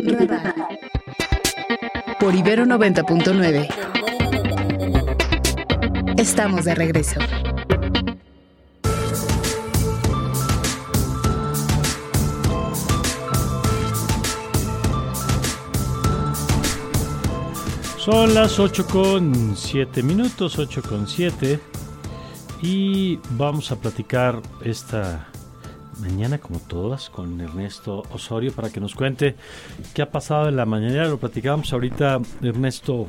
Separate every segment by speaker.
Speaker 1: Radar por Ibero 90.9. Estamos de regreso.
Speaker 2: Son las 8:07, 8:07, y vamos a platicar esta mañana, como todas, con Ernesto Osorio para que nos cuente qué ha pasado en la mañanera. Lo platicábamos ahorita, Ernesto,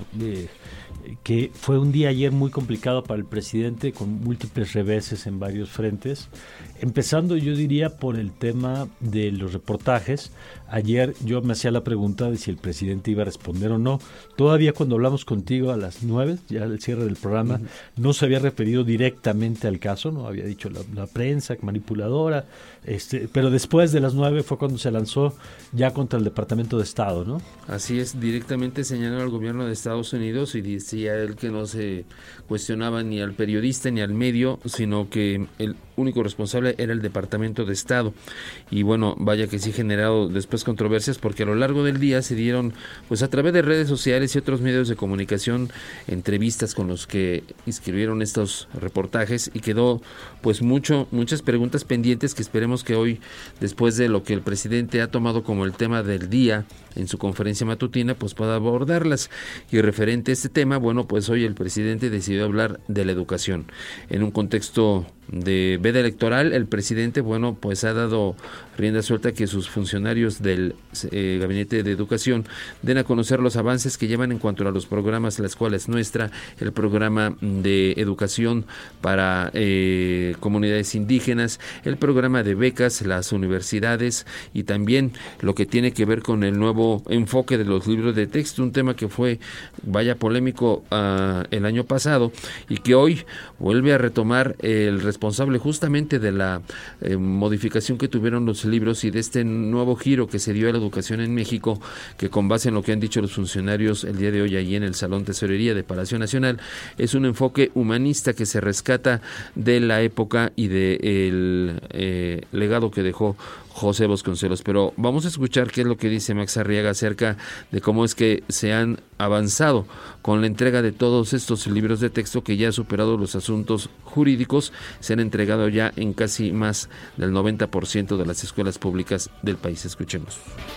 Speaker 2: que fue un día ayer muy complicado para el presidente, con múltiples reveses en varios frentes, empezando, yo diría, por el tema de los reportajes. Ayer yo me hacía la pregunta de si el presidente iba a responder o no. Todavía cuando hablamos contigo a las 9, ya al cierre del programa, no se había referido directamente al caso, no había dicho la prensa manipuladora, pero después de las 9 fue cuando se lanzó ya contra el Departamento de Estado, ¿no?
Speaker 3: Así es, directamente señaló al gobierno de Estados Unidos y decía él que no se cuestionaba ni al periodista ni al medio, sino que el único responsable era el Departamento de Estado. Y bueno, vaya que sí generado después controversias, porque a lo largo del día se dieron, pues a través de redes sociales y otros medios de comunicación, entrevistas con los que escribieron estos reportajes, y quedó pues muchas preguntas pendientes que esperemos que hoy, después de lo que el presidente ha tomado como el tema del día en su conferencia matutina, pues pueda abordarlas. Y referente a este tema, bueno, pues hoy el presidente decidió hablar de la educación. En un contexto de veda electoral, el presidente, bueno, pues ha dado rienda suelta a que sus funcionarios del Gabinete de Educación den a conocer los avances que llevan en cuanto a los programas La Escuela es Nuestra, el programa de educación para comunidades indígenas, el programa de becas, las universidades, y también lo que tiene que ver con el nuevo enfoque de los libros de texto, un tema que fue, vaya, polémico el año pasado, y que hoy vuelve a retomar el responsable justamente de la modificación que tuvieron los libros y de este nuevo giro que se dio a la educación en México, que con base en lo que han dicho los funcionarios el día de hoy allí en el Salón Tesorería de Palacio Nacional, es un enfoque humanista que se rescata de la época y del legado que dejó José Vasconcelos. Pero vamos a escuchar qué es lo que dice Max Arriaga acerca de cómo es que se han avanzado con la entrega de todos estos libros de texto, que ya ha superado los asuntos jurídicos, se han entregado ya en casi más del 90% de las escuelas públicas del país. Escuchemos.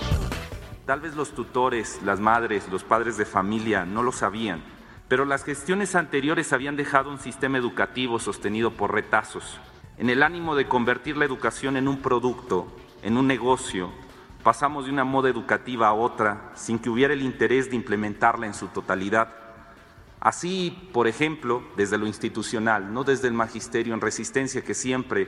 Speaker 4: Tal vez los tutores, las madres, los padres de familia no lo sabían, pero las gestiones anteriores habían dejado un sistema educativo sostenido por retazos. En el ánimo de convertir la educación en un producto, en un negocio, pasamos de una moda educativa a otra sin que hubiera el interés de implementarla en su totalidad. Así, por ejemplo, desde lo institucional, no desde el magisterio en resistencia, que siempre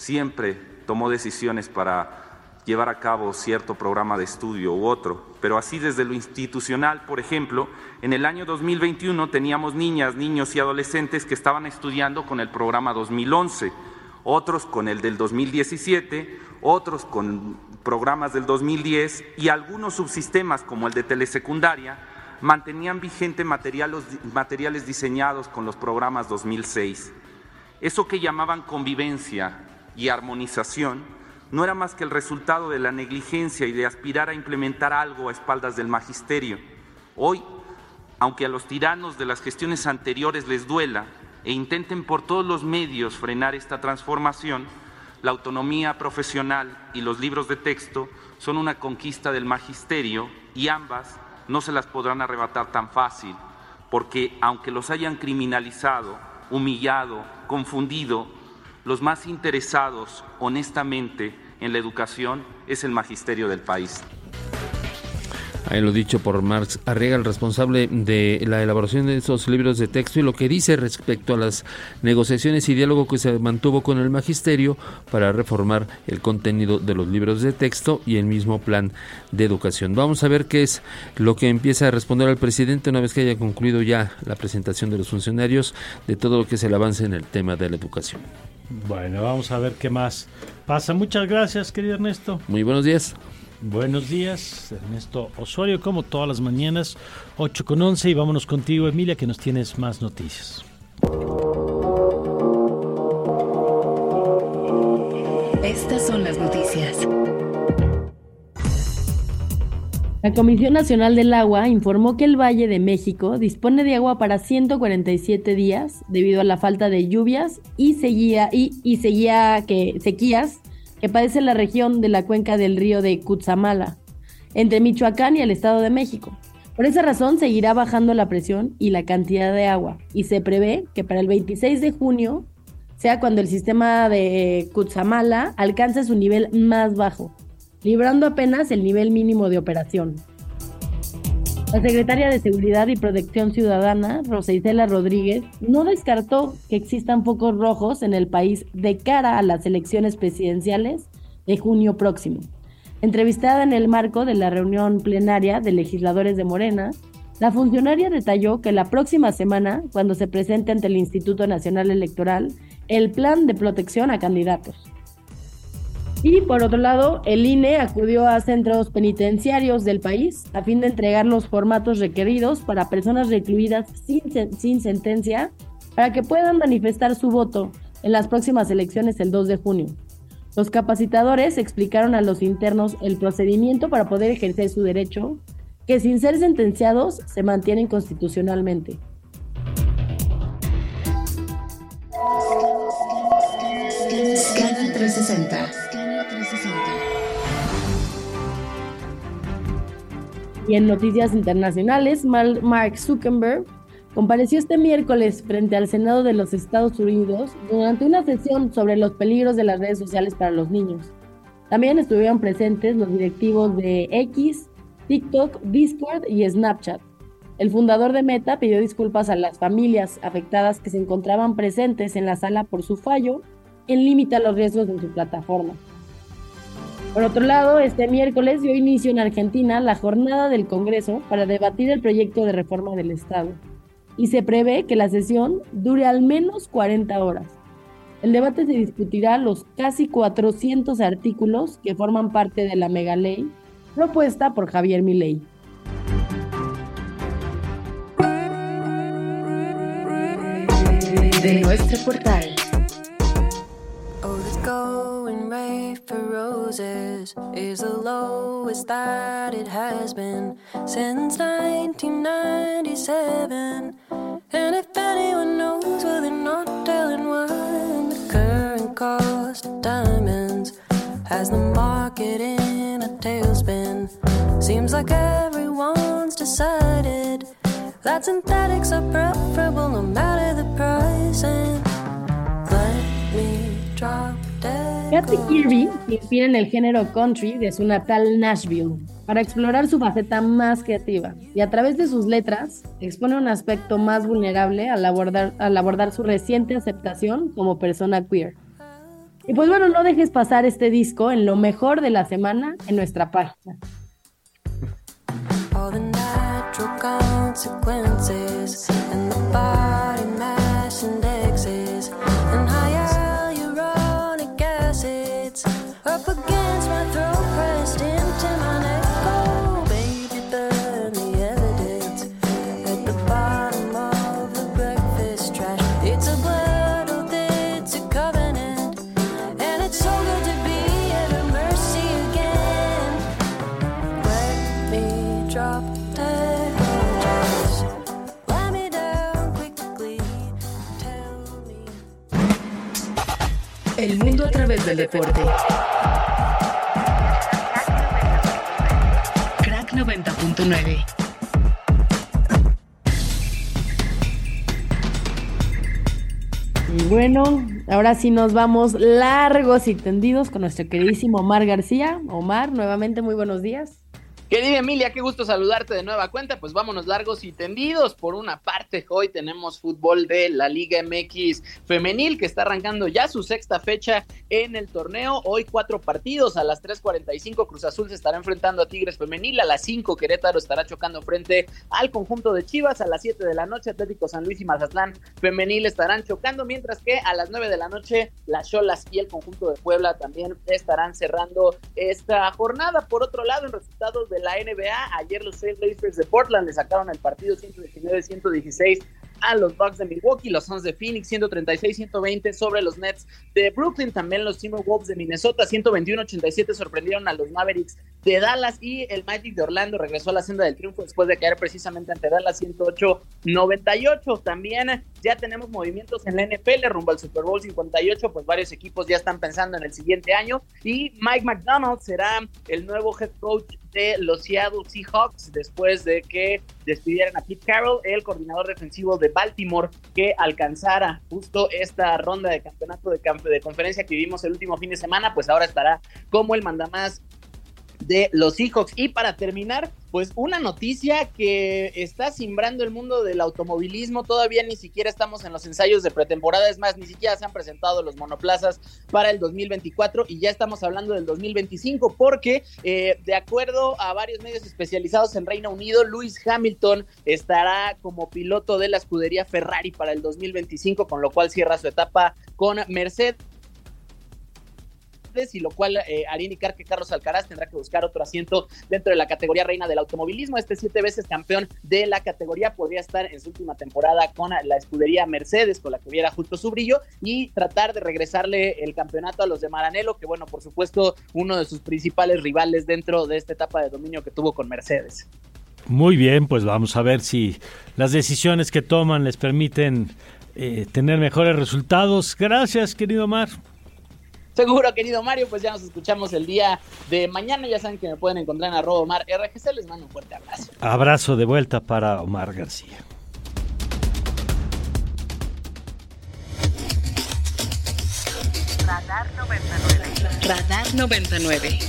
Speaker 4: tomó decisiones para llevar a cabo cierto programa de estudio u otro, pero así desde lo institucional, por ejemplo, en el año 2021 teníamos niñas, niños y adolescentes que estaban estudiando con el programa 2011, otros con el del 2017, otros con programas del 2010, y algunos subsistemas como el de telesecundaria mantenían vigente materiales diseñados con los programas 2006. Eso que llamaban convivencia y armonización no era más que el resultado de la negligencia y de aspirar a implementar algo a espaldas del magisterio. Hoy, aunque a los tiranos de las gestiones anteriores les duela e intenten por todos los medios frenar esta transformación, la autonomía profesional y los libros de texto son una conquista del magisterio, y ambas no se las podrán arrebatar tan fácil, porque aunque los hayan criminalizado, humillado, confundido, los más interesados honestamente en la educación es el magisterio del país.
Speaker 3: Ahí lo dicho por Max Arriaga, el responsable de la elaboración de esos libros de texto, y lo que dice respecto a las negociaciones y diálogo que se mantuvo con el magisterio para reformar el contenido de los libros de texto y el mismo plan de educación. Vamos a ver qué es lo que empieza a responder al presidente una vez que haya concluido ya la presentación de los funcionarios de todo lo que es el avance en el tema de la educación.
Speaker 2: Bueno, vamos a ver qué más pasa. Muchas gracias, querido Ernesto.
Speaker 3: Muy buenos días.
Speaker 2: Buenos días, Ernesto Osorio, como todas las mañanas, 8:11, y vámonos contigo, Emilia, que nos tienes más noticias.
Speaker 1: Estas son las noticias.
Speaker 5: La Comisión Nacional del Agua informó que el Valle de México dispone de agua para 147 días debido a la falta de lluvias y sequías que padece la región de la cuenca del río de Cutzamala, entre Michoacán y el Estado de México. Por esa razón seguirá bajando la presión y la cantidad de agua, y se prevé que para el 26 de junio sea cuando el sistema de Cutzamala alcance su nivel más bajo, librando apenas el nivel mínimo de operación. La secretaria de Seguridad y Protección Ciudadana, Rosa Isela Rodríguez, no descartó que existan focos rojos en el país de cara a las elecciones presidenciales de junio próximo. Entrevistada en el marco de la reunión plenaria de legisladores de Morena, la funcionaria detalló que la próxima semana, cuando se presente ante el Instituto Nacional Electoral el plan de protección a candidatos. Y por otro lado, el INE acudió a centros penitenciarios del país a fin de entregar los formatos requeridos para personas recluidas sin sentencia para que puedan manifestar su voto en las próximas elecciones el 2 de junio. Los capacitadores explicaron a los internos el procedimiento para poder ejercer su derecho, que sin ser sentenciados se mantienen constitucionalmente.
Speaker 1: Scanner 360.
Speaker 5: Y en noticias internacionales, Mark Zuckerberg compareció este miércoles frente al Senado de los Estados Unidos durante una sesión sobre los peligros de las redes sociales para los niños. También estuvieron presentes los directivos de X, TikTok, Discord y Snapchat. El fundador de Meta pidió disculpas a las familias afectadas que se encontraban presentes en la sala por su fallo en limitar los riesgos en su plataforma. Por otro lado, este miércoles dio inicio en Argentina la jornada del Congreso para debatir el proyecto de reforma del Estado, y se prevé que la sesión dure al menos 40 horas. El debate se discutirá los casi 400 artículos que forman parte de la megaley propuesta por Javier Milei.
Speaker 1: De nuestro portal.
Speaker 6: Going rate for roses is the lowest that it has been since 1997. And if anyone knows, well, they're not telling why. The current cost of diamonds has the market in a tailspin. Seems like everyone's decided that synthetics are preferable no matter the price. And let me drop.
Speaker 5: Katy Kirby se inspira en el género country de su natal Nashville para explorar su faceta más creativa y a través de sus letras expone un aspecto más vulnerable al abordar su reciente aceptación como persona queer. Y pues bueno, no dejes pasar este disco en lo mejor de la semana en nuestra página.
Speaker 6: All the natural consequences and the body mass indexes and up against my throat, pressed into my neck. Oh, baby, burn the evidence at the bottom of the breakfast trash. It's a blood oath, it's a covenant, and it's so good to be at her mercy again. Let me drop dead gorgeous. Let me down quickly, tell me.
Speaker 1: El mundo a través del deporte. 90.9.
Speaker 5: Y bueno, ahora sí nos vamos largos y tendidos con nuestro queridísimo Omar García. Omar, nuevamente muy buenos días.
Speaker 7: Querida Emilia, qué gusto saludarte de nueva cuenta. Pues vámonos largos y tendidos. Por una parte, hoy tenemos fútbol de la Liga MX femenil que está arrancando ya su sexta fecha en el torneo. Hoy 4 partidos. A las 3:45 Cruz Azul se estará enfrentando a Tigres femenil. A las 5 Querétaro estará chocando frente al conjunto de Chivas. A las 7 de la noche Atlético San Luis y Mazatlán femenil estarán chocando. Mientras que a las 9 de la noche las Xolas y el conjunto de Puebla también estarán cerrando esta jornada. Por otro lado, en resultados de la NBA, ayer los Trail Blazers de Portland le sacaron el partido 119-116 a los Bucks de Milwaukee, los Suns de Phoenix 136-120 sobre los Nets de Brooklyn, también los Timberwolves de Minnesota 121-87 sorprendieron a los Mavericks de Dallas, y el Magic de Orlando regresó a la senda del triunfo después de caer precisamente ante Dallas 108-98. También ya tenemos movimientos en la NFL rumbo al Super Bowl 58, pues varios equipos ya están pensando en el siguiente año, y Mike McDonald será el nuevo head coach de los Seattle Seahawks después de que despidieran a Pete Carroll, el coordinador defensivo de Baltimore, que alcanzara justo esta ronda de campeonato de conferencia que vivimos el último fin de semana, pues ahora estará como el mandamás de los Seahawks. Y para terminar, pues una noticia que está cimbrando el mundo del automovilismo. Todavía ni siquiera estamos en los ensayos de pretemporada, es más, ni siquiera se han presentado los monoplazas para el 2024 y ya estamos hablando del 2025 porque de acuerdo a varios medios especializados en Reino Unido, Lewis Hamilton estará como piloto de la escudería Ferrari para el 2025, con lo cual cierra su etapa con Mercedes, y lo cual haría indicar que Carlos Alcaraz tendrá que buscar otro asiento dentro de la categoría reina del automovilismo. Este 7 veces campeón de la categoría podría estar en su última temporada con la escudería Mercedes, con la que hubiera justo su brillo, y tratar de regresarle el campeonato a los de Maranello, que bueno, por supuesto, uno de sus principales rivales dentro de esta etapa de dominio que tuvo con Mercedes.
Speaker 2: Muy bien, pues vamos a ver si las decisiones que toman les permiten tener mejores resultados. Gracias, querido Omar.
Speaker 7: Seguro, querido Mario, pues ya nos escuchamos el día de mañana. Ya saben que me pueden encontrar en @OmarRGC. Les mando un fuerte abrazo.
Speaker 2: Abrazo de vuelta para Omar García.
Speaker 1: Radar 99. Radar 99.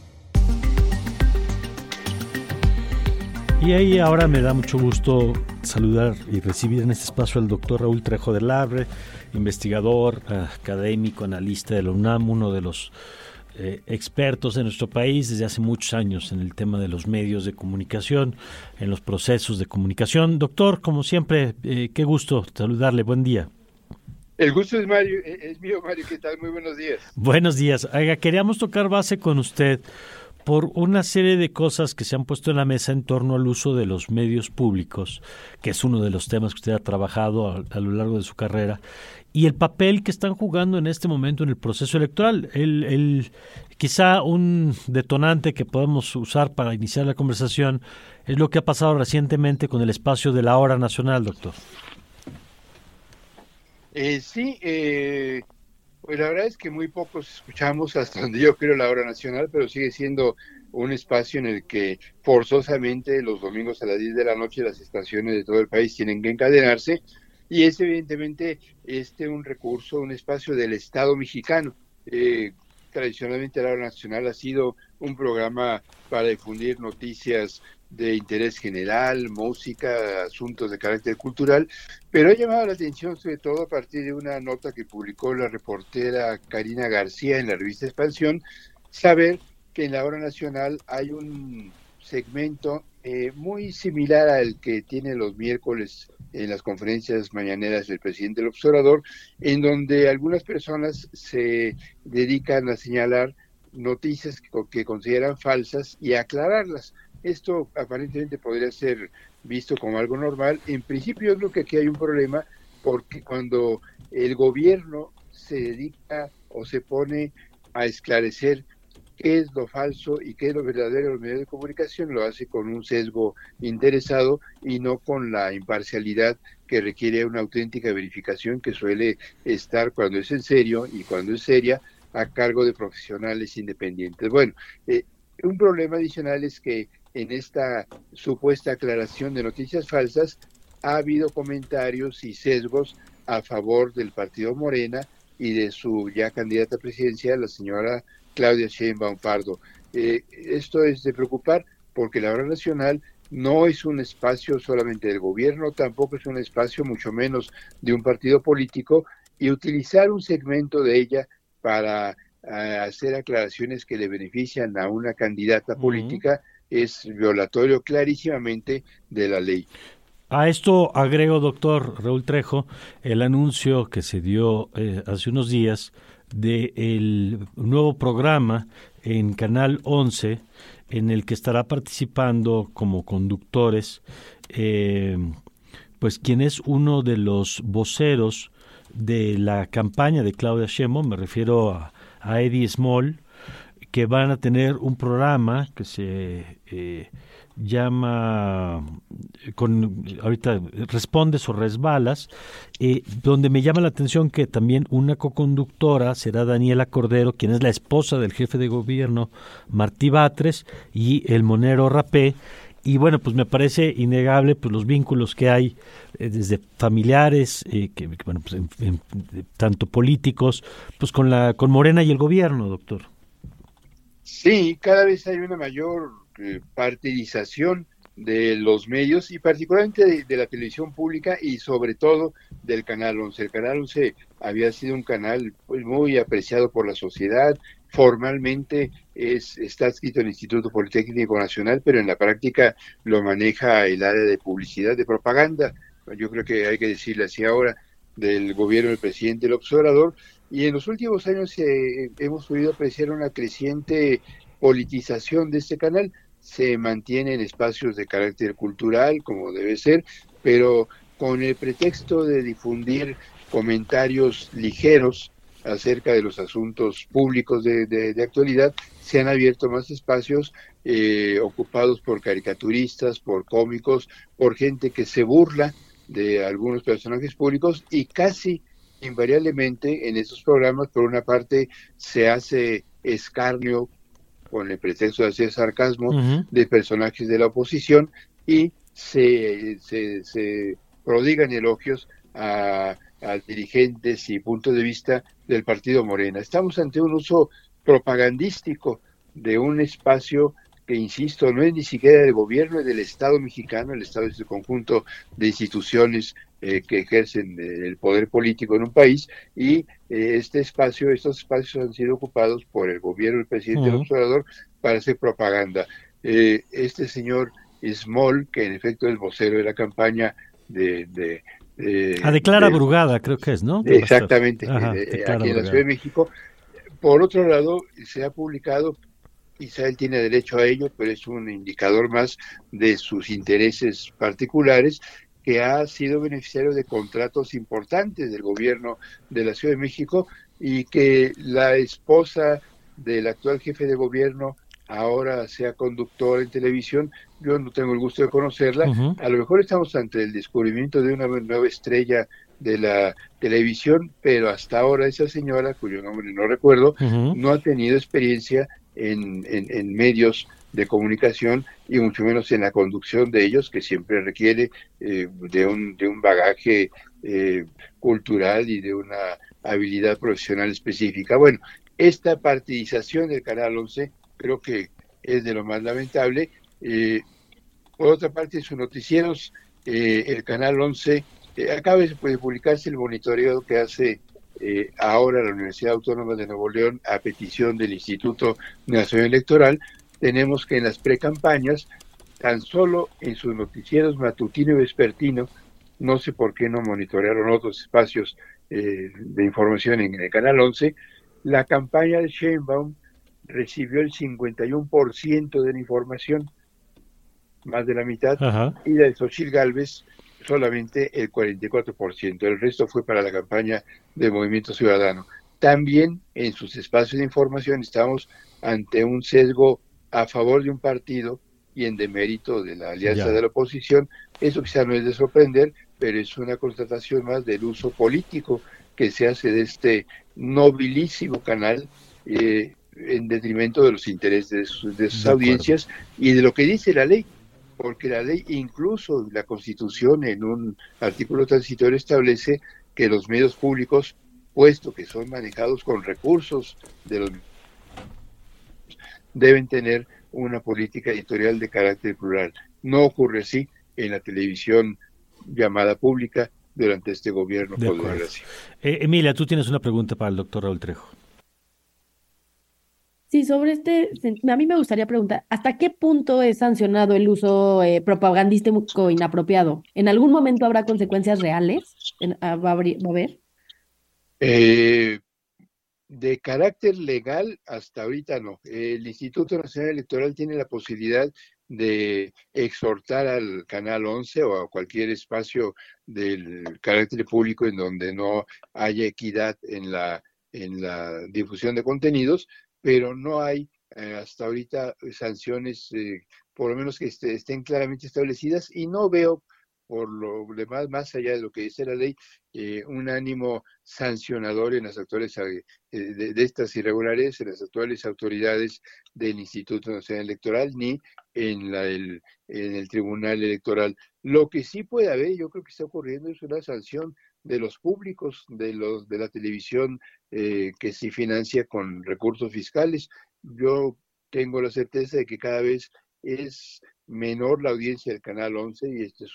Speaker 2: Y ahí ahora me da mucho gusto saludar y recibir en este espacio al doctor Raúl Trejo del Arbre, investigador, académico, analista de la UNAM, uno de los expertos de nuestro país desde hace muchos años en el tema de los medios de comunicación, en los procesos de comunicación. Doctor, como siempre, qué gusto saludarle, buen día.
Speaker 8: El gusto es mío, Mario, ¿qué tal? Muy buenos días.
Speaker 2: Buenos días. Oiga, queríamos tocar base con usted por una serie de cosas que se han puesto en la mesa en torno al uso de los medios públicos, que es uno de los temas que usted ha trabajado a lo largo de su carrera, y el papel que están jugando en este momento en el proceso electoral. Quizá un detonante que podemos usar para iniciar la conversación es lo que ha pasado recientemente con el espacio de la Hora Nacional, doctor.
Speaker 8: Pues la verdad es que muy pocos escuchamos, hasta donde yo creo, la Hora Nacional, pero sigue siendo un espacio en el que forzosamente los domingos a las 10 de la noche las estaciones de todo el país tienen que encadenarse, y es evidentemente un recurso, un espacio del Estado mexicano. Tradicionalmente la Hora Nacional ha sido un programa para difundir noticias de interés general, música, asuntos de carácter cultural, pero ha llamado la atención sobre todo a partir de una nota que publicó la reportera Karina García en la revista Expansión, saber que en la Hora Nacional hay un segmento muy similar al que tiene los miércoles en las conferencias mañaneras del presidente López Obrador, en donde algunas personas se dedican a señalar noticias que consideran falsas y a aclararlas. Esto aparentemente podría ser visto como algo normal. En principio yo creo que aquí hay un problema, porque cuando el gobierno se dedica o se pone a esclarecer qué es lo falso y qué es lo verdadero en los medios de comunicación, lo hace con un sesgo interesado y no con la imparcialidad que requiere una auténtica verificación que suele estar, cuando es en serio y cuando es seria, a cargo de profesionales independientes. Bueno, un problema adicional es que en esta supuesta aclaración de noticias falsas ha habido comentarios y sesgos a favor del partido Morena y de su ya candidata presidencial, la señora Claudia Sheinbaum Pardo. Esto es de preocupar, porque la Hora Nacional no es un espacio solamente del gobierno, tampoco es un espacio mucho menos de un partido político, y utilizar un segmento de ella para hacer aclaraciones que le benefician a una candidata política es violatorio clarísimamente de la ley.
Speaker 2: A esto agrego, doctor Raúl Trejo, el anuncio que se dio hace unos días del nuevo programa en Canal 11, en el que estará participando como conductores pues quien es uno de los voceros de la campaña de Claudia Sheinbaum, me refiero a Eddie Small, que van a tener un programa que se llama ahorita Respondes o Resbalas, donde me llama la atención que también una coconductora será Daniela Cordero, quien es la esposa del jefe de gobierno Martí Batres, y el monero Rapé. Y bueno, pues me parece innegable pues los vínculos que hay desde familiares, bueno, pues tanto políticos, pues con Morena y el gobierno, doctor.
Speaker 8: Sí, cada vez hay una mayor partidización de los medios y particularmente de la televisión pública y sobre todo del Canal 11. El Canal 11 había sido un canal pues muy apreciado por la sociedad. Formalmente está adscrito al Instituto Politécnico Nacional, pero en la práctica lo maneja el área de publicidad, de propaganda. Yo creo que hay que decirle así ahora, del gobierno del presidente López Obrador. Y en los últimos años hemos podido apreciar una creciente politización de este canal. Se mantiene en espacios de carácter cultural, como debe ser, pero con el pretexto de difundir comentarios ligeros acerca de los asuntos públicos de actualidad, se han abierto más espacios ocupados por caricaturistas, por cómicos, por gente que se burla de algunos personajes públicos y casi invariablemente en esos programas, por una parte, se hace escarnio con el pretexto de hacer sarcasmo de personajes de la oposición y se prodigan elogios a dirigentes y puntos de vista del partido Morena. Estamos ante un uso propagandístico de un espacio que, insisto, no es ni siquiera del gobierno, es del Estado mexicano. El Estado es el conjunto de instituciones que ejercen el poder político en un país, y estos espacios han sido ocupados por el gobierno del presidente López Obrador para hacer propaganda. Este señor Small, que en efecto es vocero de la campaña de
Speaker 2: Clara Brugada, creo que es, ¿no?
Speaker 8: Exactamente,
Speaker 2: Ajá,
Speaker 8: aquí en la Ciudad de México. Por otro lado, se ha publicado, quizá él tiene derecho a ello, pero es un indicador más de sus intereses particulares, que ha sido beneficiario de contratos importantes del gobierno de la Ciudad de México, y que la esposa del actual jefe de gobierno ahora sea conductora en televisión. Yo no tengo el gusto de conocerla. A lo mejor estamos ante el descubrimiento de una nueva estrella de la televisión, pero hasta ahora esa señora, cuyo nombre no recuerdo, no ha tenido experiencia en medios de comunicación y mucho menos en la conducción de ellos, que siempre requiere de un bagaje cultural y de una habilidad profesional específica. Bueno, esta partidización del Canal 11 creo que es de lo más lamentable. Por otra parte, sus noticieros, el Canal 11, acaba de publicarse el monitoreo que hace ahora la Universidad Autónoma de Nuevo León a petición del Instituto Nacional Electoral. Tenemos que en las precampañas, tan solo en sus noticieros matutino y vespertino, no sé por qué no monitorearon otros espacios de información en el Canal 11, la campaña de Sheinbaum recibió el 51% de la información, más de la mitad, y la de Xochitl Gálvez solamente el 44%. El resto fue para la campaña de Movimiento Ciudadano. También en sus espacios de información estamos ante un sesgo a favor de un partido y en demérito de la alianza de la oposición. Eso quizá no es de sorprender, pero es una constatación más del uso político que se hace de este nobilísimo canal en detrimento de los intereses de sus audiencias y de lo que dice la ley, porque la ley, incluso la Constitución, en un artículo transitorio establece que los medios públicos, puesto que son manejados con recursos de los, deben tener una política editorial de carácter plural. No ocurre así en la televisión llamada pública durante este gobierno, por desgracia.
Speaker 2: Emilia, tú tienes una pregunta para el doctor Raúl Trejo.
Speaker 5: Sí, sobre a mí me gustaría preguntar, ¿hasta qué punto es sancionado el uso propagandístico inapropiado? ¿En algún momento habrá consecuencias reales? ¿Va a haber?
Speaker 8: De carácter legal, hasta ahorita no. El Instituto Nacional Electoral tiene la posibilidad de exhortar al Canal 11 o a cualquier espacio del carácter público en donde no haya equidad en la difusión de contenidos, pero no hay hasta ahorita sanciones, por lo menos que estén claramente establecidas, y no veo, por lo demás, más allá de lo que dice la ley, un ánimo sancionador en las actuales de estas irregularidades, en las actuales autoridades del Instituto Nacional Electoral, ni en el Tribunal Electoral. Lo que sí puede haber, yo creo que está ocurriendo, es una sanción de los públicos, de la televisión que se financia con recursos fiscales. Yo tengo la certeza de que cada vez es menor la audiencia del Canal 11 y este es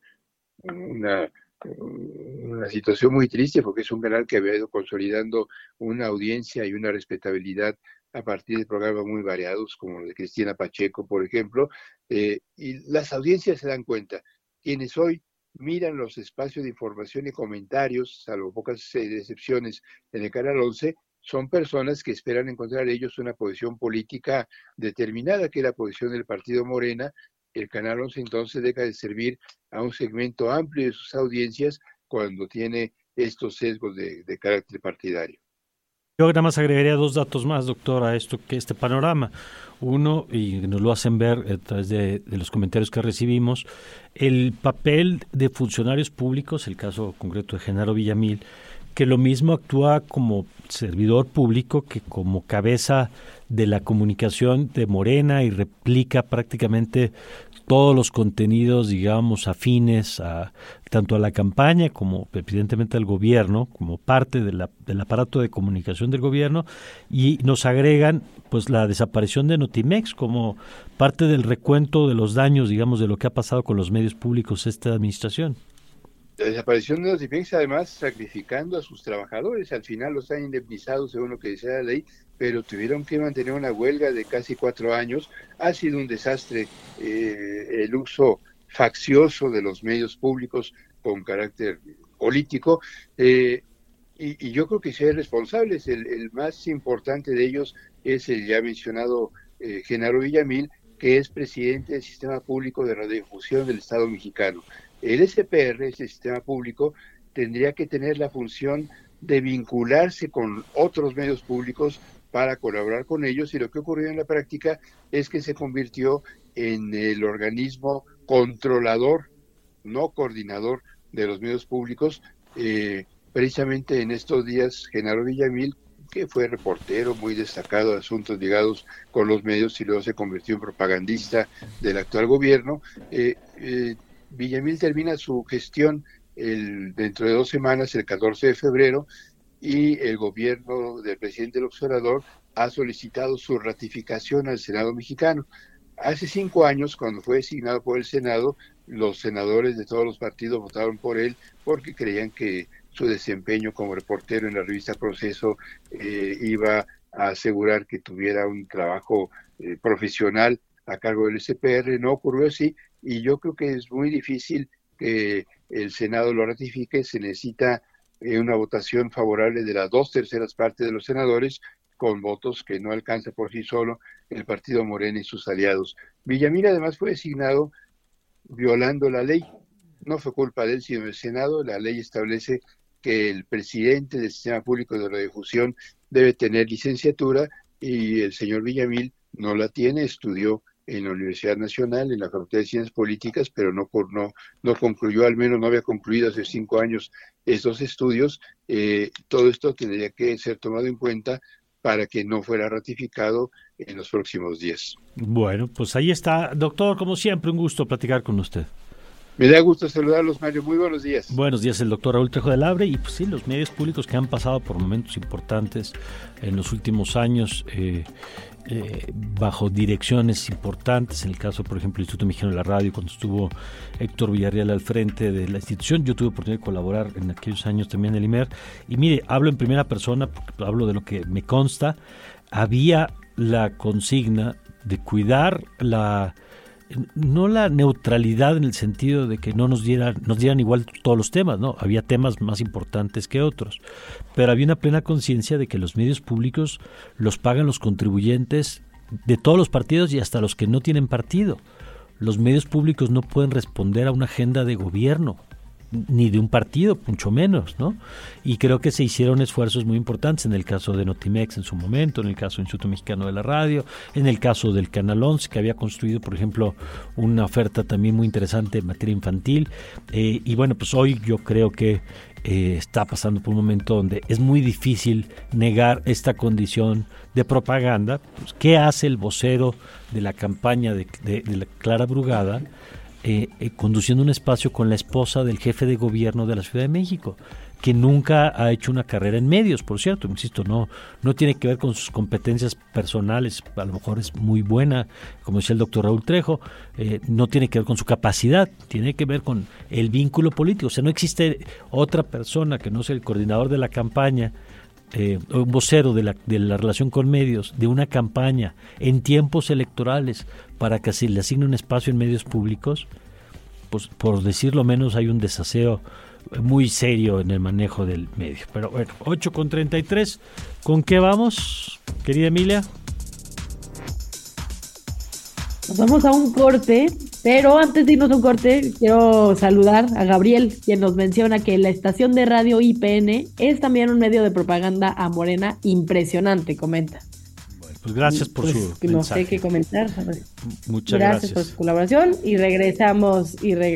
Speaker 8: una situación muy triste porque es un canal que había ido consolidando una audiencia y una respetabilidad a partir de programas muy variados como el de Cristina Pacheco, por ejemplo, y las audiencias se dan cuenta. Quienes hoy miran los espacios de información y comentarios, salvo pocas excepciones en el Canal 11, son personas que esperan encontrar ellos una posición política determinada, que es la posición del partido Morena. El Canal 11 entonces deja de servir a un segmento amplio de sus audiencias cuando tiene estos sesgos de carácter partidario.
Speaker 2: Yo nada más agregaría 2 datos más, doctor, a este panorama. Uno, y nos lo hacen ver a través de los comentarios que recibimos, el papel de funcionarios públicos, el caso concreto de Genaro Villamil, que lo mismo actúa como servidor público que como cabeza de la comunicación de Morena y replica prácticamente todos los contenidos, digamos, afines tanto a la campaña como evidentemente al gobierno, como parte del aparato de comunicación del gobierno, y nos agregan pues la desaparición de Notimex como parte del recuento de los daños, digamos, de lo que ha pasado con los medios públicos esta administración.
Speaker 8: La desaparición de Notimex, además, sacrificando a sus trabajadores. Al final los han indemnizado según lo que decía la ley, pero tuvieron que mantener una huelga de casi 4 años. Ha sido un desastre el uso faccioso de los medios públicos con carácter político, y yo creo que sí hay responsables. El más importante de ellos es el ya mencionado Genaro Villamil, que es presidente del Sistema Público de Radiodifusión del Estado mexicano. El SPR, ese sistema público, tendría que tener la función de vincularse con otros medios públicos para colaborar con ellos, y lo que ocurrió en la práctica es que se convirtió en el organismo controlador, no coordinador de los medios públicos. Precisamente en estos días, Genaro Villamil, que fue reportero muy destacado de asuntos ligados con los medios y luego se convirtió en propagandista del actual gobierno, Villamil termina su gestión dentro de 2 semanas, el 14 de febrero, y el gobierno del presidente López Obrador ha solicitado su ratificación al Senado mexicano. Hace 5 años, cuando fue designado por el Senado, los senadores de todos los partidos votaron por él porque creían que su desempeño como reportero en la revista Proceso iba a asegurar que tuviera un trabajo profesional a cargo del SPR. No ocurrió así, y yo creo que es muy difícil que el Senado lo ratifique. Se necesita una votación favorable de las 2/3 partes de los senadores, con votos que no alcanza por sí solo el partido Morena y sus aliados. Villamil además fue designado violando la ley. No fue culpa de él, sino del Senado. La ley establece que el presidente del Sistema Público de Radiodifusión debe tener licenciatura, y el señor Villamil no la tiene. Estudió en la Universidad Nacional, en la Facultad de Ciencias Políticas, pero no concluyó, al menos no había concluido hace 5 años estos estudios. Todo esto tendría que ser tomado en cuenta para que no fuera ratificado en los próximos días.
Speaker 2: Bueno, pues ahí está. Doctor, como siempre, un gusto platicar con usted.
Speaker 8: Me da gusto saludarlos, Mario. Muy buenos días.
Speaker 2: Buenos días, el doctor Raúl Trejo del Abre. Y pues sí, los medios públicos que han pasado por momentos importantes en los últimos años, bajo direcciones importantes. En el caso, por ejemplo, del Instituto Mexicano de la Radio, cuando estuvo Héctor Villarreal al frente de la institución. Yo tuve oportunidad de colaborar en aquellos años también en el IMER. Y mire, hablo en primera persona, porque hablo de lo que me consta. Había la consigna de cuidar no la neutralidad en el sentido de que no nos dieran igual todos los temas, ¿no? Había temas más importantes que otros, pero había una plena conciencia de que los medios públicos los pagan los contribuyentes de todos los partidos y hasta los que no tienen partido. los medios públicos no pueden responder a una agenda de gobierno, ni de un partido, mucho menos, ¿no? Y creo que se hicieron esfuerzos muy importantes en el caso de Notimex en su momento, en el caso del Instituto Mexicano de la Radio, en el caso del Canal 11, que había construido, por ejemplo, una oferta también muy interesante en materia infantil. Y bueno, pues hoy yo creo que está pasando por un momento donde es muy difícil negar esta condición de propaganda. Pues, ¿qué hace el vocero de la campaña de la Clara Brugada conduciendo un espacio con la esposa del jefe de gobierno de la Ciudad de México, que nunca ha hecho una carrera en medios, por cierto, insisto, no tiene que ver con sus competencias personales, a lo mejor es muy buena, como decía el doctor Raúl Trejo, no tiene que ver con su capacidad, tiene que ver con el vínculo político, o sea, no existe otra persona que no sea el coordinador de la campaña, un vocero de la relación con medios, de una campaña en tiempos electorales para que se le asigne un espacio en medios públicos, pues por decirlo menos hay un desaseo muy serio en el manejo del medio. Pero bueno, 8:33, ¿con qué vamos, querida Emilia?
Speaker 5: Nos vamos a un corte, pero antes de irnos a un corte, quiero saludar a Gabriel, quien nos menciona que la estación de radio IPN es también un medio de propaganda a Morena impresionante, comenta.
Speaker 2: Bueno, pues gracias por su
Speaker 5: no
Speaker 2: mensaje.
Speaker 5: sé qué comentar.
Speaker 2: Muchas
Speaker 5: Gracias por su colaboración y regresamos.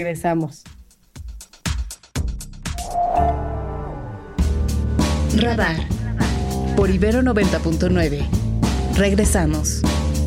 Speaker 1: Radar por Ibero 90.9. Regresamos.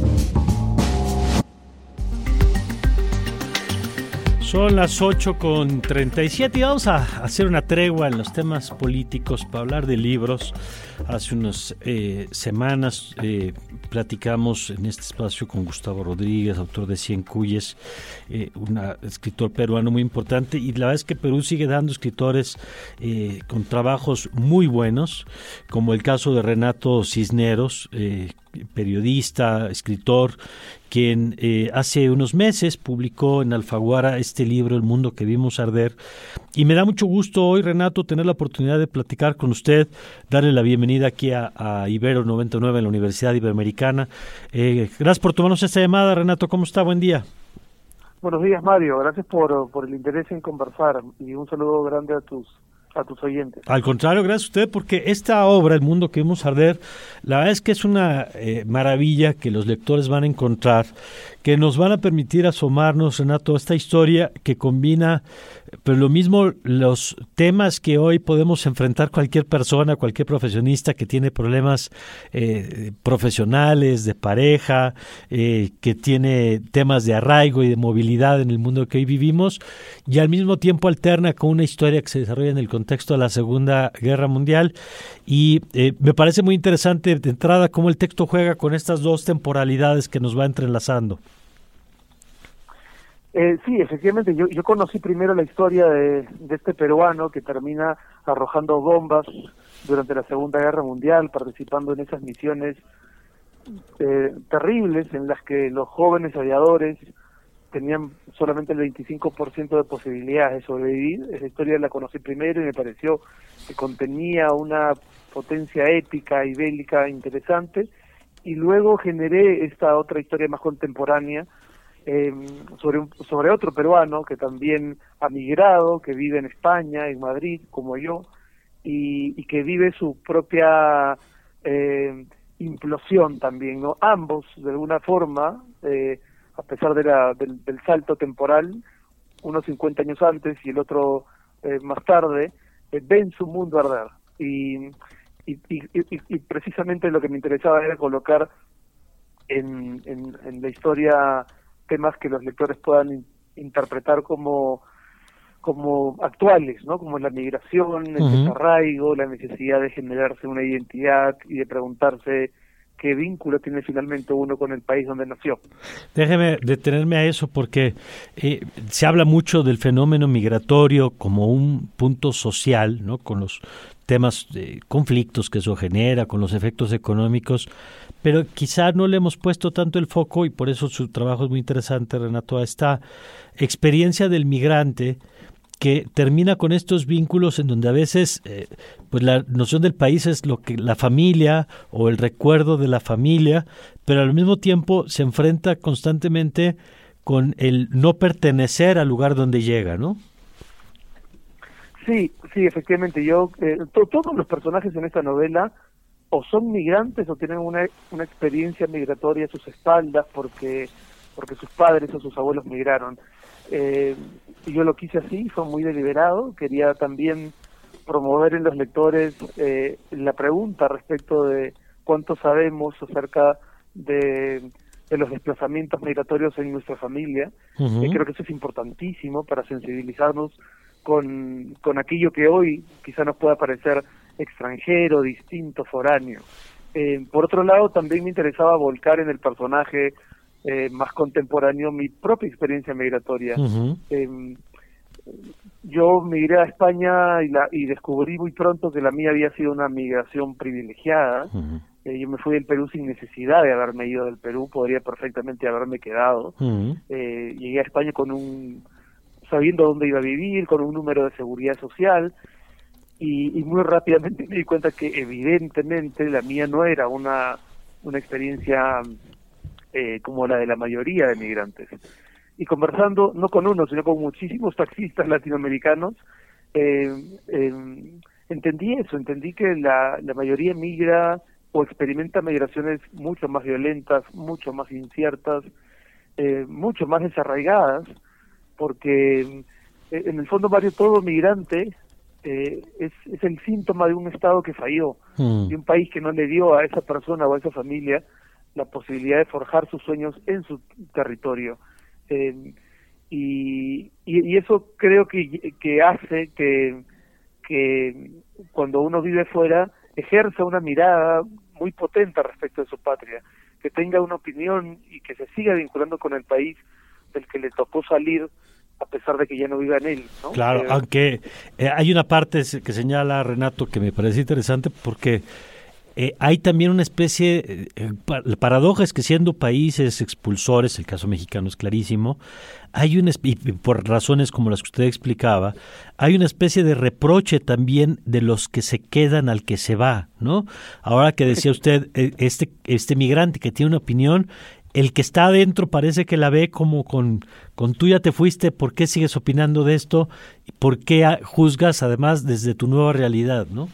Speaker 2: Son las 8:37 y vamos a hacer una tregua en los temas políticos para hablar de libros. Hace unas semanas platicamos en este espacio con Gustavo Rodríguez, autor de Cien Cuyes, un escritor peruano muy importante, y la verdad es que Perú sigue dando escritores con trabajos muy buenos, como el caso de Renato Cisneros, periodista, escritor, quien hace unos meses publicó en Alfaguara este libro, El mundo que vimos arder, y me da mucho gusto hoy, Renato, tener la oportunidad de platicar con usted, darle la bienvenida aquí a Ibero 99 en la Universidad Iberoamericana. Gracias por tomarnos esta llamada, Renato, ¿cómo está? Buen día.
Speaker 9: Buenos días, Mario, gracias por el interés en conversar y un saludo grande a tus oyentes.
Speaker 2: Al contrario, gracias a usted, porque esta obra, El mundo que vimos arder, la verdad es que es una maravilla que los lectores van a encontrar, que nos van a permitir asomarnos, Renato, a esta historia que combina, pero lo mismo, los temas que hoy podemos enfrentar cualquier persona, cualquier profesionista que tiene problemas profesionales, de pareja, que tiene temas de arraigo y de movilidad en el mundo que hoy vivimos, y al mismo tiempo alterna con una historia que se desarrolla en el contexto de la Segunda Guerra Mundial, y me parece muy interesante de entrada cómo el texto juega con estas dos temporalidades que nos va entrelazando.
Speaker 9: Sí, efectivamente, yo conocí primero la historia de este peruano que termina arrojando bombas durante la Segunda Guerra Mundial, participando en esas misiones terribles en las que los jóvenes aviadores tenían solamente el 25% de posibilidades de sobrevivir. Esa historia la conocí primero y me pareció que contenía una potencia épica y bélica interesante, y luego generé esta otra historia más contemporánea sobre otro peruano que también ha migrado, que vive en España, en Madrid, como yo, y que vive su propia implosión también, ¿no? Ambos, de alguna forma, a pesar del salto temporal, uno 50 años antes y el otro más tarde, ven su mundo arder. Y precisamente lo que me interesaba era colocar en la historia temas que los lectores puedan interpretar como actuales, ¿no? Como la migración, el desarraigo, la necesidad de generarse una identidad y de preguntarse qué vínculo tiene finalmente uno con el país donde nació.
Speaker 2: Déjeme detenerme a eso porque se habla mucho del fenómeno migratorio como un punto social, ¿no? Con los temas de conflictos que eso genera, con los efectos económicos, pero quizá no le hemos puesto tanto el foco, y por eso su trabajo es muy interesante, Renato, a esta experiencia del migrante que termina con estos vínculos en donde a veces pues la noción del país es lo que la familia o el recuerdo de la familia, pero al mismo tiempo se enfrenta constantemente con el no pertenecer al lugar donde llega, ¿no?
Speaker 9: Sí, efectivamente. Todos los personajes en esta novela o son migrantes o tienen una experiencia migratoria a sus espaldas porque sus padres o sus abuelos migraron. Y yo lo quise así, fue muy deliberado. Quería también promover en los lectores la pregunta respecto de cuánto sabemos acerca de los desplazamientos migratorios en nuestra familia. Creo que eso es importantísimo para sensibilizarnos con aquello que hoy quizá nos pueda parecer extranjero, distinto, foráneo. Por otro lado, también me interesaba volcar en el personaje más contemporáneo mi propia experiencia migratoria. Yo migré a España y descubrí muy pronto que la mía había sido una migración privilegiada. Yo me fui del Perú sin necesidad de haberme ido del Perú, podría perfectamente haberme quedado. Llegué a España sabiendo dónde iba a vivir, con un número de seguridad social, y muy rápidamente me di cuenta que evidentemente la mía no era una experiencia como la de la mayoría de migrantes. Y conversando, no con uno, sino con muchísimos taxistas latinoamericanos, entendí que la mayoría migra o experimenta migraciones mucho más violentas, mucho más inciertas, mucho más desarraigadas, porque en el fondo, Mario, todo migrante es el síntoma de un Estado que falló, de un país que no le dio a esa persona o a esa familia la posibilidad de forjar sus sueños en su territorio. Y eso creo que hace que cuando uno vive fuera ejerza una mirada muy potente respecto de su patria, que tenga una opinión y que se siga vinculando con el país del que le tocó salir a pesar de que ya no viva en él, ¿no?
Speaker 2: Claro, aunque hay una parte que señala Renato que me parece interesante porque hay también una especie, la paradoja es que siendo países expulsores, el caso mexicano es clarísimo, hay y por razones como las que usted explicaba, hay una especie de reproche también de los que se quedan al que se va, ¿no? Ahora que decía usted, este migrante que tiene una opinión, el que está adentro parece que la ve como con tú ya te fuiste, ¿por qué sigues opinando de esto? ¿Por qué juzgas además desde tu nueva realidad, no?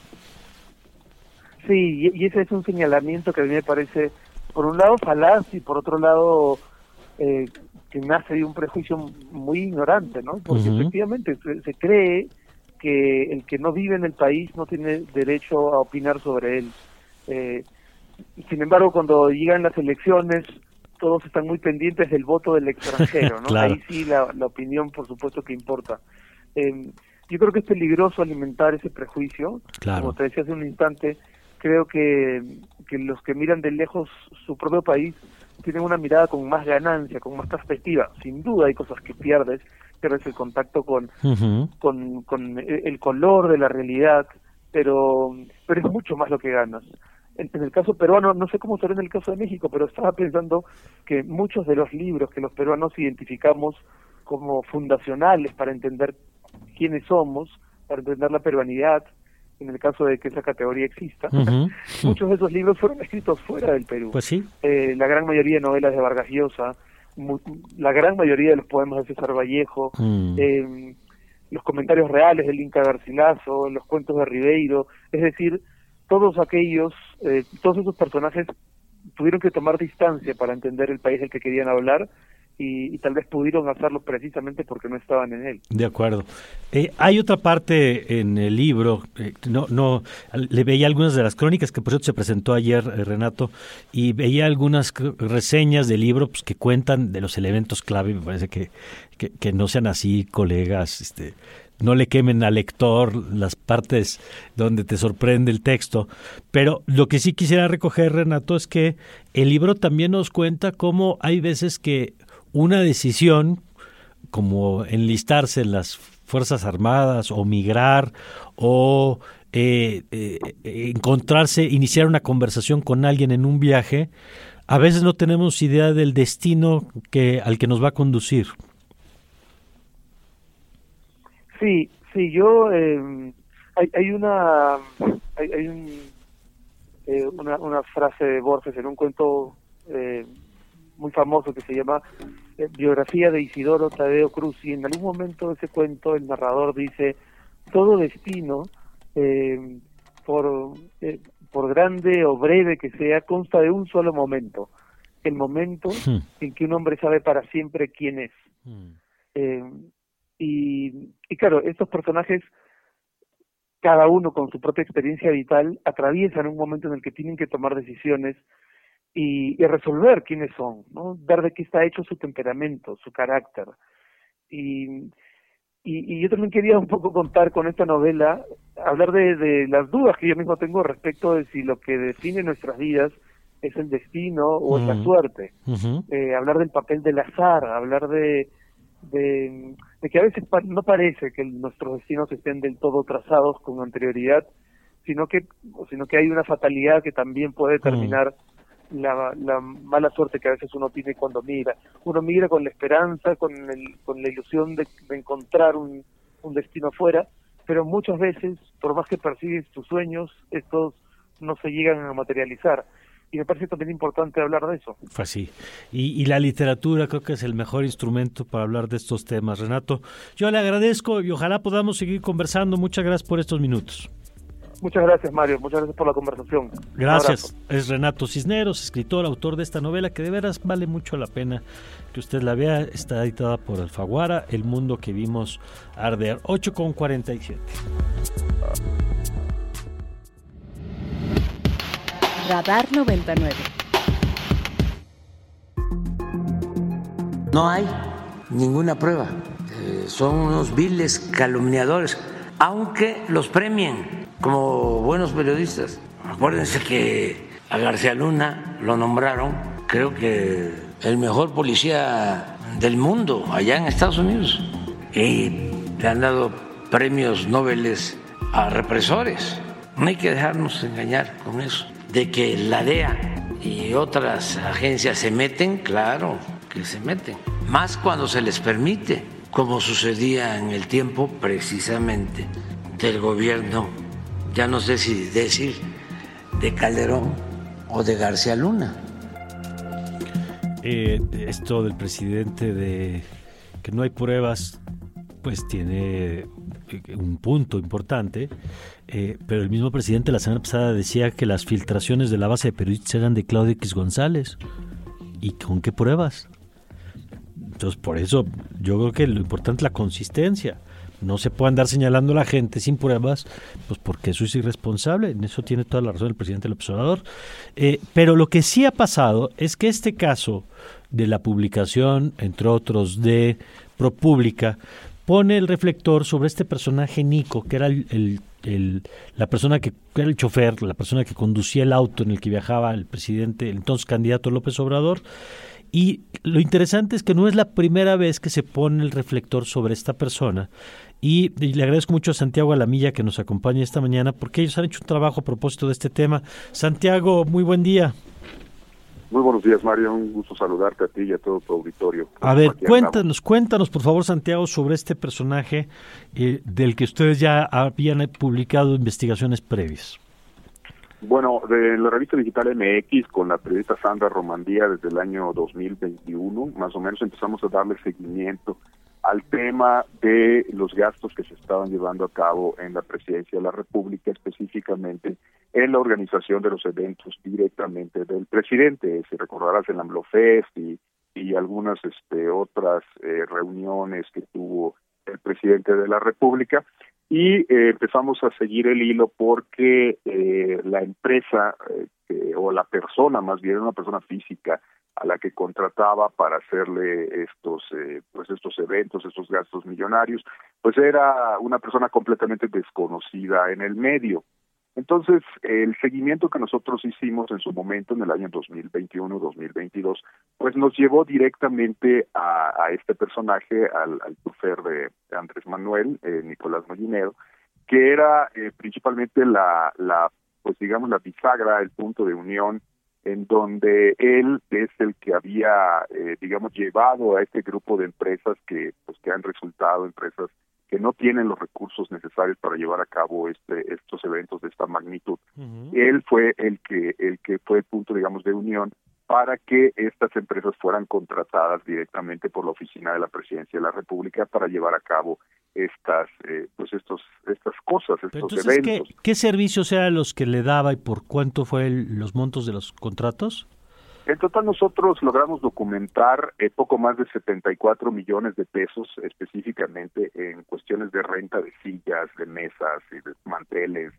Speaker 9: Sí, y ese es un señalamiento que a mí me parece, por un lado, falaz y por otro lado, que nace de un prejuicio muy ignorante, ¿no? Porque efectivamente se cree que el que no vive en el país no tiene derecho a opinar sobre él. Sin embargo, cuando llegan las elecciones, todos están muy pendientes del voto del extranjero, ¿no?
Speaker 2: Claro.
Speaker 9: Ahí sí la opinión, por supuesto, que importa. Yo creo que es peligroso alimentar ese prejuicio.
Speaker 2: Claro.
Speaker 9: Como te decía hace un instante, creo que los que miran de lejos su propio país tienen una mirada con más ganancia, con más perspectiva. Sin duda hay cosas que pierdes el contacto con el color de la realidad, pero es mucho más lo que ganas. En el caso peruano, no sé cómo será en el caso de México, pero estaba pensando que muchos de los libros que los peruanos identificamos como fundacionales para entender quiénes somos, para entender la peruanidad, en el caso de que esa categoría exista, muchos de esos libros fueron escritos fuera del Perú.
Speaker 2: Pues sí.
Speaker 9: La gran mayoría de novelas de Vargas Llosa, la gran mayoría de los poemas de César Vallejo, los comentarios reales del Inca Garcilaso, los cuentos de Ribeiro, es decir, todos esos personajes tuvieron que tomar distancia para entender el país del que querían hablar y tal vez pudieron hacerlo precisamente porque no estaban en él.
Speaker 2: De acuerdo. Hay otra parte en el libro, le veía algunas de las crónicas que por cierto se presentó ayer, Renato, y veía algunas reseñas del libro pues, que cuentan de los elementos clave. Me parece que no sean así, colegas, no le quemen al lector las partes donde te sorprende el texto, pero lo que sí quisiera recoger, Renato, es que el libro también nos cuenta cómo hay veces que una decisión, como enlistarse en las Fuerzas Armadas o migrar o iniciar una conversación con alguien en un viaje, a veces no tenemos idea del destino al que nos va a conducir.
Speaker 9: Sí, yo hay una frase de Borges en un cuento muy famoso que se llama biografía de Isidoro Tadeo Cruz, y en algún momento de ese cuento el narrador dice: todo destino, por grande o breve que sea, consta de un solo momento, el momento en que un hombre sabe para siempre quién es. Y claro, estos personajes, cada uno con su propia experiencia vital, atraviesan un momento en el que tienen que tomar decisiones y resolver quiénes son, ¿no? Ver de qué está hecho su temperamento, su carácter. Y yo también quería un poco contar con esta novela, hablar de las dudas que yo mismo tengo respecto de si lo que define nuestras vidas es el destino o es la suerte. Hablar del papel del azar, hablar de que a veces no parece que nuestros destinos estén del todo trazados con anterioridad, sino que hay una fatalidad que también puede determinar la mala suerte que a veces uno tiene cuando migra. Uno migra con la esperanza, con la ilusión de encontrar un destino afuera, pero muchas veces, por más que persigues tus sueños, estos no se llegan a materializar. Y me parece también importante hablar de eso.
Speaker 2: Pues sí, y la literatura creo que es el mejor instrumento para hablar de estos temas. Renato, yo le agradezco y ojalá podamos seguir conversando. Muchas gracias por estos minutos.
Speaker 9: Muchas gracias, Mario. Muchas gracias por la conversación.
Speaker 2: Gracias. Es Renato Cisneros, escritor, autor de esta novela que de veras vale mucho la pena que usted la vea. Está editada por Alfaguara, El mundo que vimos arder. 8:47.
Speaker 1: Radar 99.
Speaker 10: No hay ninguna prueba. Son unos viles calumniadores, aunque los premien como buenos periodistas. Acuérdense que a García Luna lo nombraron, creo que el mejor policía del mundo allá en Estados Unidos, y le han dado premios Nobel a represores. No hay que dejarnos engañar con eso, de que la DEA y otras agencias se meten. Claro que se meten, más cuando se les permite, como sucedía en el tiempo precisamente del gobierno, ya no sé si decir de Calderón o de García Luna.
Speaker 2: Esto del presidente de que no hay pruebas, pues tiene un punto importante, pero el mismo presidente la semana pasada decía que las filtraciones de la base de periodistas eran de Claudio X González. ¿Y con qué pruebas? Entonces, por eso yo creo que lo importante es la consistencia. No se puede andar señalando a la gente sin pruebas, pues porque eso es irresponsable. En eso tiene toda la razón el presidente López Obrador. Pero lo que sí ha pasado es que este caso de la publicación, entre otros, de ProPublica, pone el reflector sobre este personaje Nico, que era la persona que era el chofer, la persona que conducía el auto en el que viajaba el presidente, el entonces candidato López Obrador. Y lo interesante es que no es la primera vez que se pone el reflector sobre esta persona. Y le agradezco mucho a Santiago Alamilla que nos acompaña esta mañana, porque ellos han hecho un trabajo a propósito de este tema. Santiago, muy buen día.
Speaker 11: Muy buenos días, Mario. Un gusto saludarte a ti y a todo tu auditorio.
Speaker 2: A ver, cuéntanos, por favor, Santiago, sobre este personaje del que ustedes ya habían publicado investigaciones previas.
Speaker 11: Bueno, de la revista digital MX, con la periodista Sandra Romandía, desde el año 2021, más o menos, empezamos a darle seguimiento al tema de los gastos que se estaban llevando a cabo en la Presidencia de la República, específicamente en la organización de los eventos directamente del presidente. Si recordarás el AMLOFest y algunas otras reuniones que tuvo el presidente de la República. Y empezamos a seguir el hilo porque la empresa o la persona, más bien una persona física a la que contrataba para hacerle estos eventos, estos gastos millonarios, pues era una persona completamente desconocida en el medio. Entonces, el seguimiento que nosotros hicimos en su momento, en el año 2021-2022, pues nos llevó directamente a este personaje, al chofer de Andrés Manuel, Nicolás Molinero, que era principalmente la bisagra, el punto de unión, en donde él es el que había, llevado a este grupo de empresas que han resultado empresas que no tienen los recursos necesarios para llevar a cabo estos eventos de esta magnitud. Uh-huh. Él fue el que fue el punto, de unión para que estas empresas fueran contratadas directamente por la Oficina de la Presidencia de la República para llevar a cabo estas cosas, estos eventos.
Speaker 2: ¿Qué servicios eran los que le daba y por cuánto fue los montos de los contratos?
Speaker 11: En total nosotros logramos documentar poco más de 74 millones de pesos específicamente en cuestiones de renta de sillas, de mesas, y de manteles,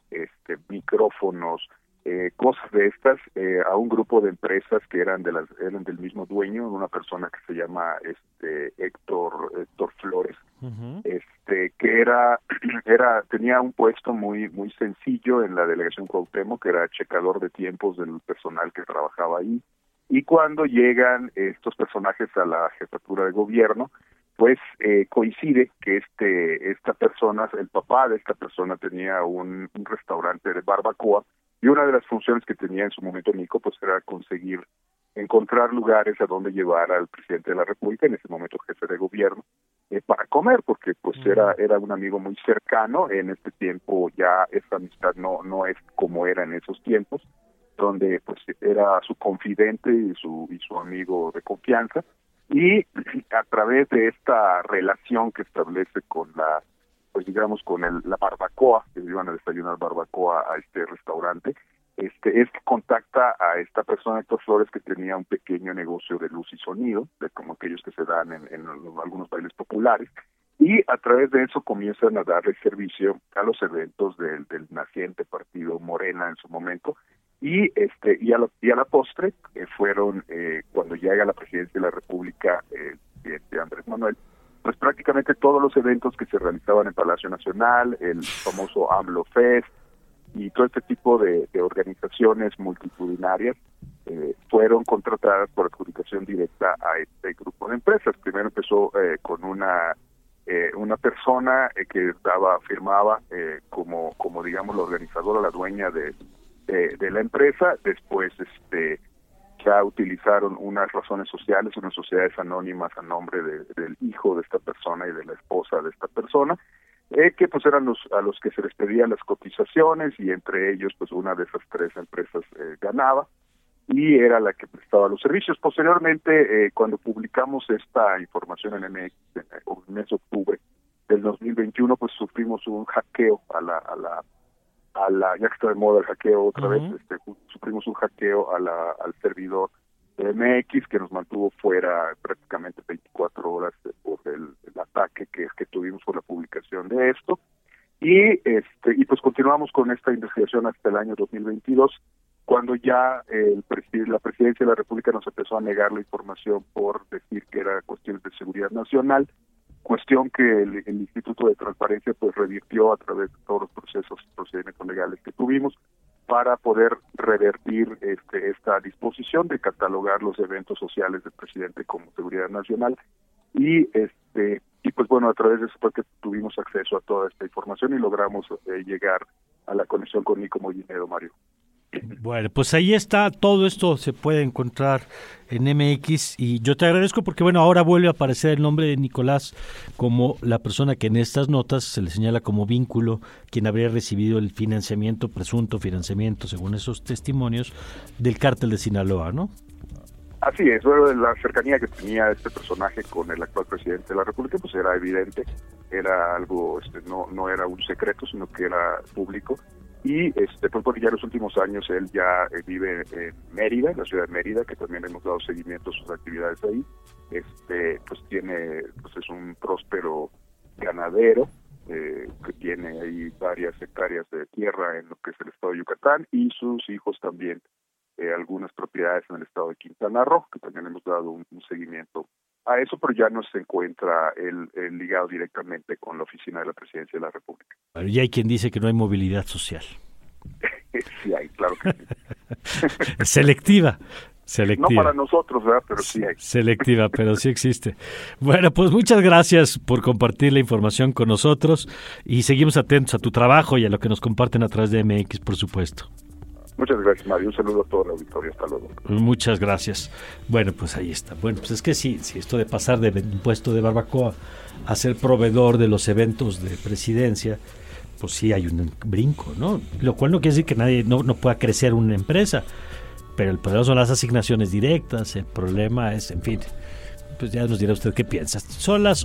Speaker 11: micrófonos, cosas de estas, a un grupo de empresas que eran del mismo dueño, una persona que se llama Héctor Flores,
Speaker 2: Uh-huh.
Speaker 11: que tenía un puesto muy sencillo en la delegación Cuauhtémoc, que era checador de tiempos del personal que trabajaba ahí, y cuando llegan estos personajes a la jefatura de gobierno, pues coincide que esta persona, el papá de esta persona tenía un restaurante de barbacoa, y una de las funciones que tenía en su momento Nico pues era encontrar lugares a donde llevar al presidente de la República, en ese momento jefe de gobierno, para comer, porque pues era un amigo muy cercano. En este tiempo ya esta amistad no es como era en esos tiempos, donde pues era su confidente y su amigo de confianza, y a través de esta relación que establece con la barbacoa, que iban a desayunar barbacoa a este restaurante, es que contacta a esta persona, Héctor Flores, que tenía un pequeño negocio de luz y sonido, de como aquellos que se dan en algunos bailes populares, y a través de eso comienzan a darle servicio a los eventos del naciente partido Morena en su momento, y a la postre fueron cuando llega a la presidencia de la República el presidente Andrés Manuel, pues prácticamente todos los eventos que se realizaban en Palacio Nacional, el famoso AMLO Fest y todo este tipo de organizaciones multitudinarias fueron contratadas por adjudicación directa a este grupo de empresas. Primero empezó con una persona que firmaba como digamos la organizadora, la dueña de la empresa. Después ya utilizaron unas razones sociales, unas sociedades anónimas a nombre del hijo de esta persona y de la esposa de esta persona, que pues eran a los que se les pedían las cotizaciones, y entre ellos pues una de esas tres empresas ganaba y era la que prestaba los servicios. Posteriormente, cuando publicamos esta información en MX en el mes de octubre del 2021, pues sufrimos un hackeo a la ya que está de moda el hackeo otra vez, sufrimos un hackeo al servidor de MX, que nos mantuvo fuera prácticamente 24 horas por el ataque que tuvimos por la publicación de esto, y pues continuamos con esta investigación hasta el año 2022, cuando ya la presidencia de la República nos empezó a negar la información por decir que era cuestiones de seguridad nacional, cuestión que el Instituto de Transparencia pues revirtió a través de todos los procedimientos legales que tuvimos para poder revertir esta disposición de catalogar los eventos sociales del presidente como seguridad nacional, y pues bueno, a través de eso fue que tuvimos acceso a toda esta información y logramos llegar a la conexión con Nico Mollinedo, Mario.
Speaker 2: Bueno, pues ahí está, todo esto se puede encontrar en MX, y yo te agradezco porque bueno, ahora vuelve a aparecer el nombre de Nicolás como la persona que en estas notas se le señala como vínculo, quien habría recibido el presunto financiamiento, según esos testimonios, del cártel de Sinaloa, ¿no?
Speaker 11: Así es, bueno, la cercanía que tenía este personaje con el actual presidente de la República pues era evidente, era algo, no era un secreto, sino que era público. Y pues porque ya en los últimos años él ya vive en Mérida, en la ciudad de Mérida, que también hemos dado seguimiento a sus actividades ahí. Pues es un próspero ganadero que tiene ahí varias hectáreas de tierra en lo que es el estado de Yucatán, y sus hijos también algunas propiedades en el estado de Quintana Roo, que también hemos dado un seguimiento a eso, pero ya no se encuentra el ligado directamente con la oficina de la Presidencia de la República.
Speaker 2: Bueno, y hay quien dice que no hay movilidad social.
Speaker 11: Sí hay, claro que sí.
Speaker 2: Selectiva.
Speaker 11: No para nosotros, ¿verdad? Pero sí hay.
Speaker 2: Selectiva, pero sí existe. Bueno, pues muchas gracias por compartir la información con nosotros, y seguimos atentos a tu trabajo y a lo que nos comparten a través de MX, por supuesto.
Speaker 11: Muchas gracias, Mario. Un saludo a todo el auditorio. Hasta luego.
Speaker 2: Muchas gracias. Bueno, pues ahí está. Bueno, pues es que sí, esto de pasar de un puesto de barbacoa a ser proveedor de los eventos de presidencia, pues sí hay un brinco, ¿no? Lo cual no quiere decir que nadie no pueda crecer una empresa, Pero el problema son las asignaciones directas, el problema es, en fin, pues ya nos dirá usted qué piensa. Son las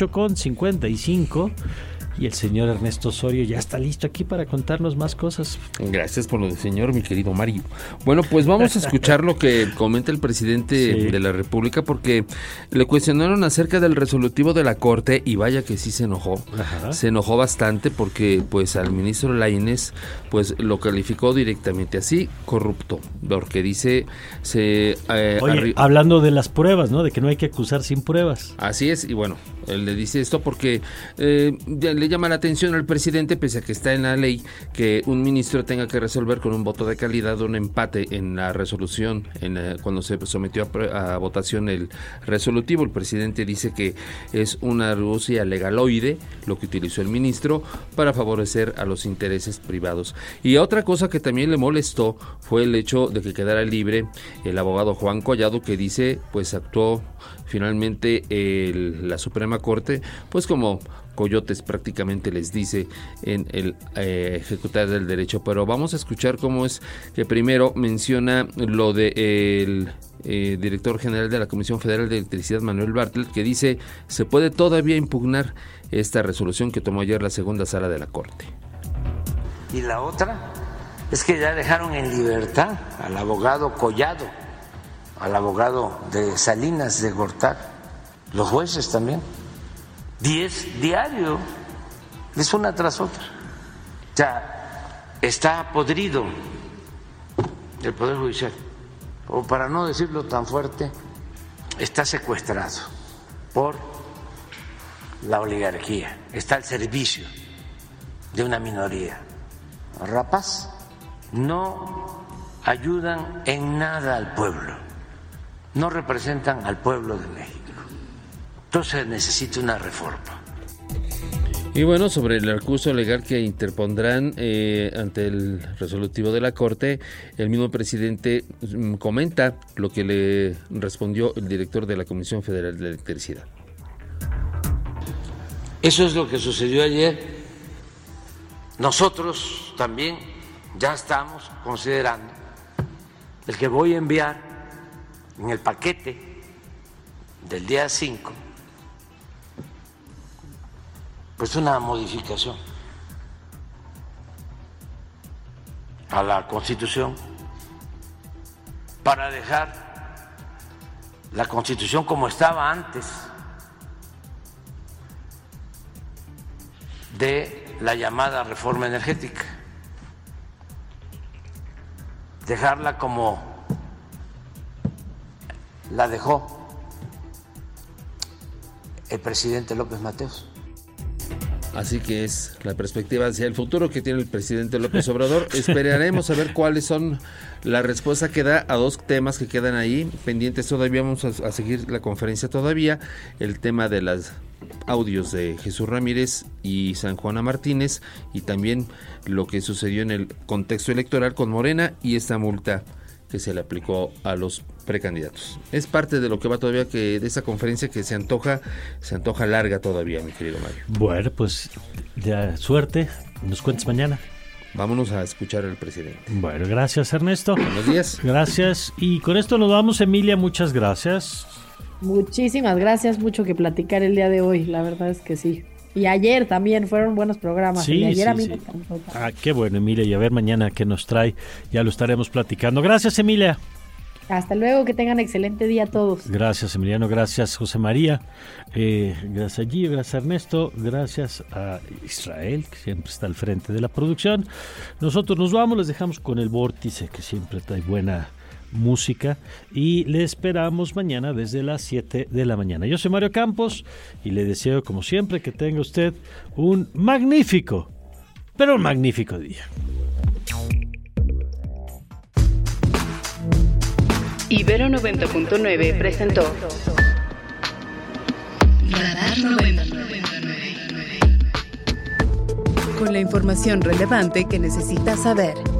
Speaker 2: 8:55 y el señor Ernesto Osorio ya está listo aquí para contarnos más cosas.
Speaker 3: Gracias por lo de señor, mi querido Mario. Bueno, pues vamos a escuchar lo que comenta el presidente de la República, porque le cuestionaron acerca del resolutivo de la Corte y vaya que sí se enojó. Ajá. Se enojó bastante porque pues al ministro Lainez pues lo calificó directamente así, corrupto, porque dice
Speaker 2: hablando de las pruebas, ¿no? De que no hay que acusar sin pruebas.
Speaker 3: Así es, y bueno, él le dice esto porque le llama la atención al presidente, pese a que está en la ley, que un ministro tenga que resolver con un voto de calidad un empate en la resolución, cuando se sometió a votación el resolutivo. El presidente dice que es una argucia legaloide lo que utilizó el ministro para favorecer a los intereses privados. Y otra cosa que también le molestó fue el hecho de que quedara libre el abogado Juan Collado, que dice pues actuó finalmente la Suprema Corte pues como coyotes, prácticamente les dice en el ejecutar del derecho. Pero vamos a escuchar cómo es que primero menciona lo de el director general de la Comisión Federal de Electricidad, Manuel Bartlett, que dice se puede todavía impugnar esta resolución que tomó ayer la segunda sala de la Corte.
Speaker 10: Y la otra es que ya dejaron en libertad al abogado Collado, al abogado de Salinas de Gortari, los jueces también. 10 diario, es una tras otra. O sea, está podrido el Poder Judicial, o para no decirlo tan fuerte, está secuestrado por la oligarquía, está al servicio de una minoría rapaz. No ayudan en nada al pueblo, no representan al pueblo de México. Entonces necesita una reforma.
Speaker 3: Y bueno, sobre el recurso legal que interpondrán ante el resolutivo de la Corte, el mismo presidente comenta lo que le respondió el director de la Comisión Federal de Electricidad.
Speaker 10: Eso es lo que sucedió ayer. Nosotros también ya estamos considerando el que voy a enviar en el paquete del día 5, pues una modificación a la Constitución para dejar la Constitución como estaba antes de la llamada reforma energética, dejarla como la dejó el presidente López Mateos.
Speaker 3: Así que es la perspectiva hacia el futuro que tiene el presidente López Obrador. Esperaremos a ver cuáles son la respuesta que da a dos temas que quedan ahí pendientes todavía. Vamos a seguir la conferencia todavía. El tema de los audios de Jesús Ramírez y San Juana Martínez, y también lo que sucedió en el contexto electoral con Morena y esta multa que se le aplicó a los precandidatos. Es parte de lo que va todavía de esa conferencia que se antoja larga todavía, mi querido Mario.
Speaker 2: Bueno, pues ya suerte, nos cuentes mañana.
Speaker 3: Vámonos a escuchar al presidente.
Speaker 2: Bueno, gracias Ernesto.
Speaker 3: Buenos días.
Speaker 2: Gracias, y con esto nos vamos. Emilia, muchas gracias.
Speaker 5: Muchísimas gracias, mucho que platicar el día de hoy, la verdad es que sí. Y ayer también fueron buenos programas.
Speaker 2: Sí,
Speaker 5: ayer a mí
Speaker 2: sí. Qué bueno, Emilia, y a ver mañana qué nos trae, ya lo estaremos platicando. Gracias, Emilia.
Speaker 5: Hasta luego, que tengan excelente día todos.
Speaker 2: Gracias, Emiliano, gracias, José María, gracias a Gio, gracias a Ernesto, gracias a Israel, que siempre está al frente de la producción. Nosotros nos vamos, les dejamos con el Vórtice, que siempre trae buena música, y le esperamos mañana desde las 7 de la mañana. Yo soy Mario Campos y le deseo, como siempre, que tenga usted un magnífico día.
Speaker 1: Ibero 90.9 presentó Radar 99. Con la información relevante que necesitas saber.